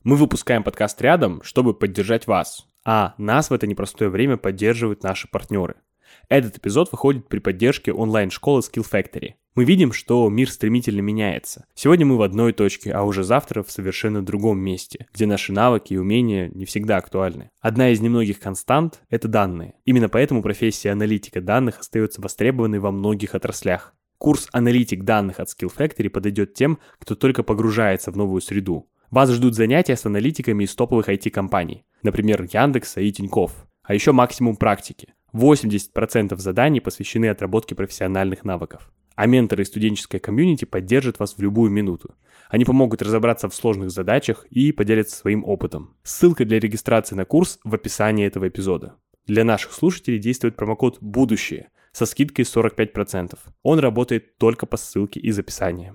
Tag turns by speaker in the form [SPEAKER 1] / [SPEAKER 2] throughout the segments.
[SPEAKER 1] Мы выпускаем подкаст рядом, чтобы поддержать вас, а нас в это непростое время поддерживают наши партнеры. Этот эпизод выходит при поддержке онлайн-школы Skill Factory. Мы видим, что мир стремительно меняется. Сегодня мы в одной точке, а уже завтра в совершенно другом месте, где наши навыки и умения не всегда актуальны. Одна из немногих констант – это данные. Именно поэтому профессия аналитика данных остается востребованной во многих отраслях. Курс «Аналитик данных» от Skill Factory подойдет тем, кто только погружается в новую среду. Вас ждут занятия с аналитиками из топовых IT-компаний, например, Яндекса и Тинькофф, а еще максимум практики. 80% заданий посвящены отработке профессиональных навыков. А менторы и студенческая комьюнити поддержат вас в любую минуту. Они помогут разобраться в сложных задачах и поделятся своим опытом. Ссылка для регистрации на курс в описании этого эпизода. Для наших слушателей действует промокод «Будущее» со скидкой 45%. Он работает только по ссылке из описания.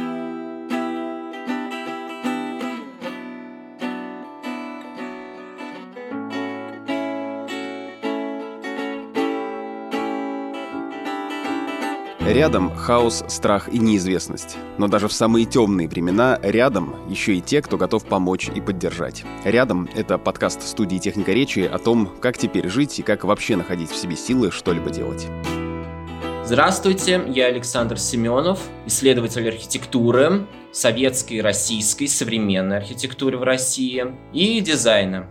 [SPEAKER 2] Рядом хаос, страх и неизвестность. Но даже в самые темные времена рядом еще и те, кто готов помочь и поддержать. «Рядом» — это подкаст студии «Техника речи» о том, как теперь жить и как вообще находить в себе силы что-либо делать.
[SPEAKER 3] Здравствуйте, я Александр Семенов, исследователь архитектуры, советской и российской, современной архитектуры в России и дизайна.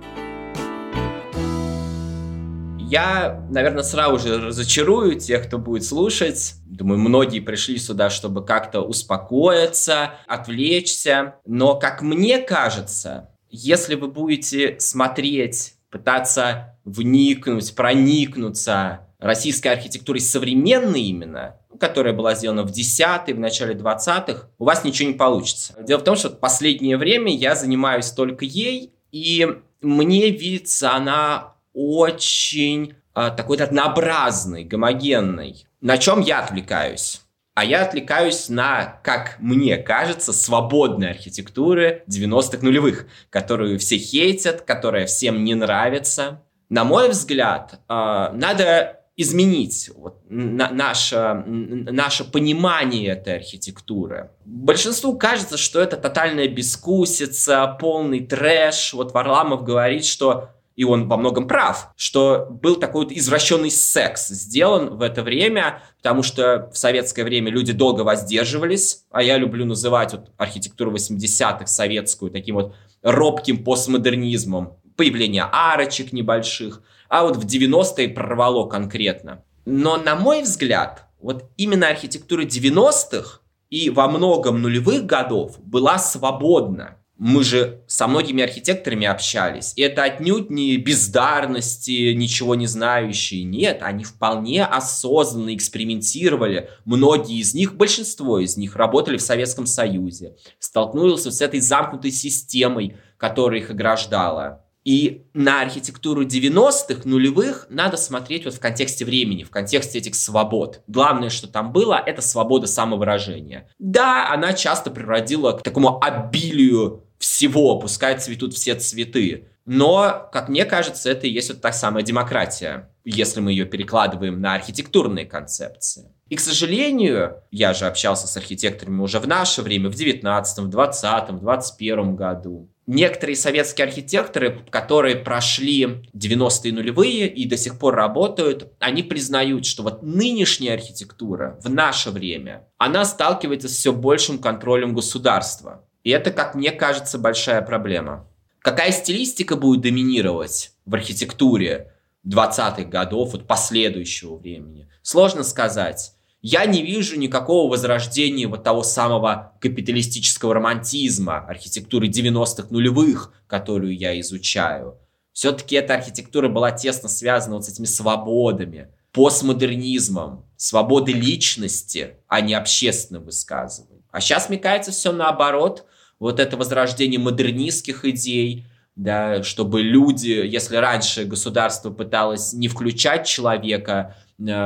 [SPEAKER 3] Я, наверное, сразу же разочарую тех, кто будет слушать. Думаю, многие пришли сюда, чтобы как-то успокоиться, отвлечься. Но, как мне кажется, если вы будете смотреть, пытаться вникнуть, проникнуться российской архитектурой современной именно, которая была сделана в 10-е, в начале 20-х, у вас ничего не получится. Дело в том, что в последнее время я занимаюсь только ей, и мне видится она очень такой однообразный, гомогенный. На чем я отвлекаюсь? А я отвлекаюсь на, как мне кажется, свободной архитектуры 90-х нулевых, которую все хейтят, которая всем не нравится. На мой взгляд, надо изменить наше понимание этой архитектуры. Большинству кажется, что это тотальная бескусица, полный трэш. Вот Варламов говорит, что, и он во многом прав, что был такой вот извращенный секс сделан в это время, потому что в советское время люди долго воздерживались, а я люблю называть вот архитектуру 80-х советскую таким вот робким постмодернизмом. Появление арочек небольших, а вот в 90-е прорвало конкретно. Но, на мой взгляд, вот именно архитектура 90-х и во многом нулевых годов была свободна. Мы же со многими архитекторами общались, и это отнюдь не бездарности, ничего не знающие. Нет, они вполне осознанно экспериментировали. Многие из них, большинство из них работали в Советском Союзе, столкнулись с этой замкнутой системой, которая их ограждала. И на архитектуру 90-х, нулевых надо смотреть вот в контексте времени, в контексте этих свобод. Главное, что там было, это свобода самовыражения. Да, она часто приводила к такому обилию всего, пускай цветут все цветы. Но, как мне кажется, это и есть вот та самая демократия, если мы ее перекладываем на архитектурные концепции. И, к сожалению, я же общался с архитекторами уже в наше время, в 19-м, 20-м, 21-м году. Некоторые советские архитекторы, которые прошли 90-е нулевые и до сих пор работают, они признают, что вот нынешняя архитектура в наше время, она сталкивается с все большим контролем государства. И это, как мне кажется, большая проблема. Какая стилистика будет доминировать в архитектуре 20-х годов, вот последующего времени? Сложно сказать. Я не вижу никакого возрождения вот того самого капиталистического романтизма, архитектуры 90-х нулевых, которую я изучаю. Все-таки эта архитектура была тесно связана вот с этими свободами, постмодернизмом, свободой личности, а не общественным высказыванием. А сейчас, мне кажется, все наоборот. Вот это возрождение модернистских идей, да, чтобы люди, если раньше государство пыталось не включать человека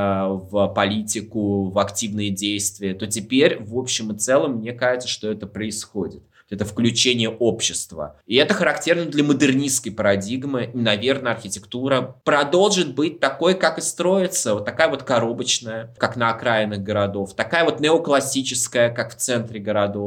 [SPEAKER 3] в политику, в активные действия, то теперь, в общем и целом, мне кажется, что это происходит. Это включение общества. И это характерно для модернистской парадигмы. И, наверное, архитектура продолжит быть такой, как и строится. Вот такая вот коробочная, как на окраинах городов. Такая вот неоклассическая, как в центре городов.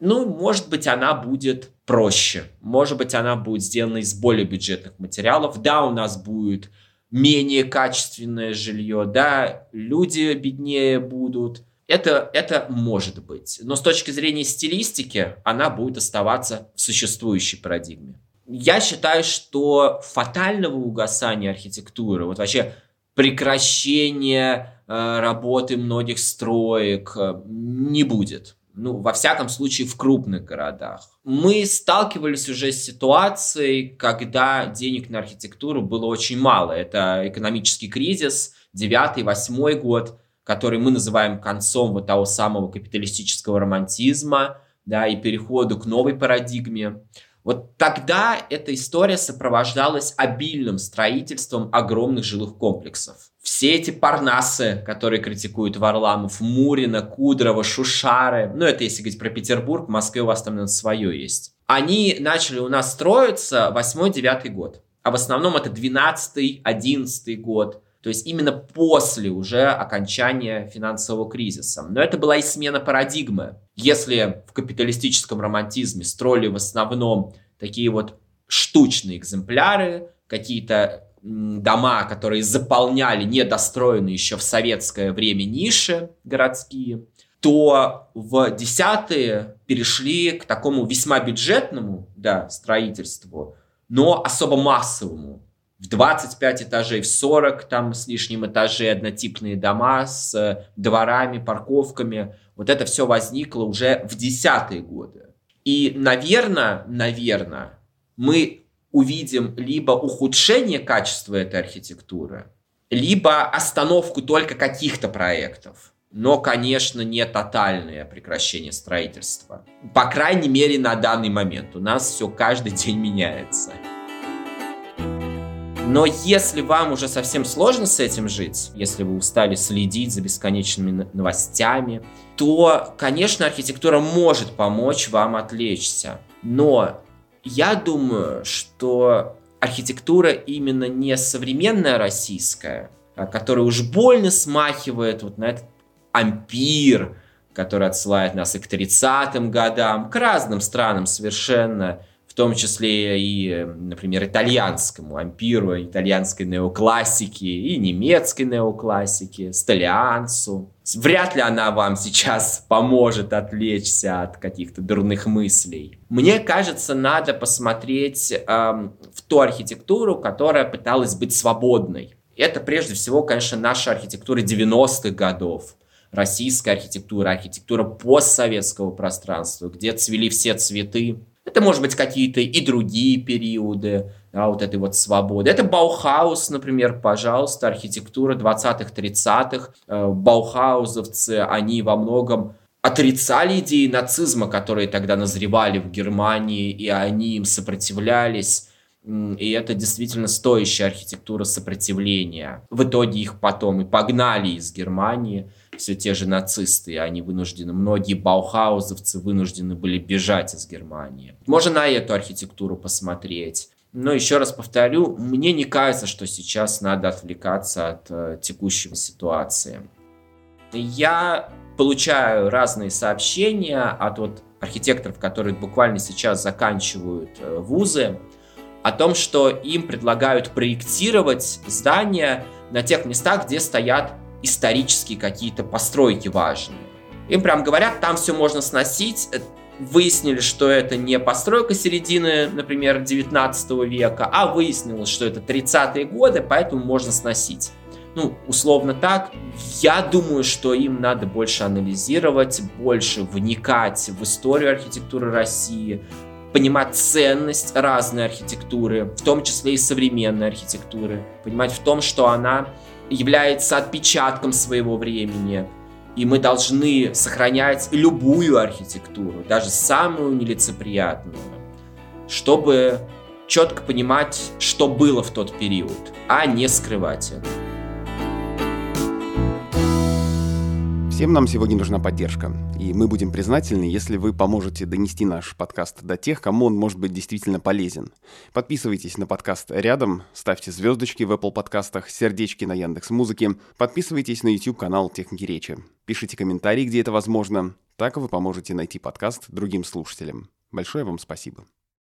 [SPEAKER 3] может быть, она будет проще. Может быть, она будет сделана из более бюджетных материалов. Да, у нас будет менее качественное жилье, да, люди беднее будут. Это может быть. Но с точки зрения стилистики, она будет оставаться в существующей парадигме. Я считаю, что фатального угасания архитектуры, вот вообще прекращения работы многих строек не будет. Во всяком случае, в крупных городах. Мы сталкивались уже с ситуацией, когда денег на архитектуру было очень мало. Это экономический кризис, 9-8 год, который мы называем концом вот того самого капиталистического романтизма, да, и переходу к новой парадигме. Вот тогда эта история сопровождалась обильным строительством огромных жилых комплексов. Все эти Парнасы, которые критикуют Варламов, Мурино, Кудрово, Шушары, это если говорить про Петербург, в Москве у вас там, наверное, свое есть. Они начали у нас строиться 8-9 год, а в основном это 12-11 год. То есть именно после уже окончания финансового кризиса. Но это была и смена парадигмы. Если в капиталистическом романтизме строили в основном такие вот штучные экземпляры, какие-то дома, которые заполняли недостроенные еще в советское время ниши городские, то в 10-е перешли к такому весьма бюджетному, строительству, но особо массовому. В 25 этажей, в 40 там с лишним этажей однотипные дома с дворами, парковками. Вот это все возникло уже в 10-е годы. И, наверное, мы увидим либо ухудшение качества этой архитектуры, либо остановку только каких-то проектов. Но, конечно, не тотальное прекращение строительства. По крайней мере, на данный момент. У нас все каждый день меняется. Но если вам уже совсем сложно с этим жить, если вы устали следить за бесконечными новостями, то, конечно, архитектура может помочь вам отвлечься. Но я думаю, что архитектура именно не современная российская, которая уж больно смахивает вот на этот ампир, который отсылает нас и к 30-м годам, к разным странам совершенно, в том числе и, например, итальянскому ампиру, итальянской неоклассики и немецкой неоклассики, Столиансу. Вряд ли она вам сейчас поможет отвлечься от каких-то дурных мыслей. Мне кажется, надо посмотреть в ту архитектуру, которая пыталась быть свободной. Это, прежде всего, конечно, наша архитектура 90-х годов. Российская архитектура, архитектура постсоветского пространства, где цвели все цветы. Это, может быть, какие-то и другие периоды, вот этой вот свободы. Это Баухаус, например, пожалуйста, архитектура 20-х, 30-х. Баухаузовцы, они во многом отрицали идеи нацизма, которые тогда назревали в Германии, и они им сопротивлялись. И это действительно стоящая архитектура сопротивления. В итоге их потом и погнали из Германии. Все те же нацисты, они вынуждены, многие баухаузовцы вынуждены были бежать из Германии. Можно на эту архитектуру посмотреть. Но еще раз повторю, мне не кажется, что сейчас надо отвлекаться от текущей ситуации. Я получаю разные сообщения от архитекторов, которые буквально сейчас заканчивают вузы, о том, что им предлагают проектировать здания на тех местах, где стоят исторические какие-то постройки важные. Им прям говорят, там все можно сносить. Выяснили, что это не постройка середины, например, 19 века, а выяснилось, что это 30-е годы, поэтому можно сносить. Условно так. Я думаю, что им надо больше анализировать, больше вникать в историю архитектуры России, понимать ценность разной архитектуры, в том числе и современной архитектуры, понимать в том, что она является отпечатком своего времени, и мы должны сохранять любую архитектуру, даже самую нелицеприятную, чтобы четко понимать, что было в тот период, а не скрывать это.
[SPEAKER 2] Всем нам сегодня нужна поддержка, и мы будем признательны, если вы поможете донести наш подкаст до тех, кому он может быть действительно полезен. Подписывайтесь на подкаст «Рядом», ставьте звездочки в Apple подкастах, сердечки на Яндекс.Музыке, подписывайтесь на YouTube-канал «Техники речи». Пишите комментарии, где это возможно, так вы поможете найти подкаст другим слушателям. Большое вам спасибо.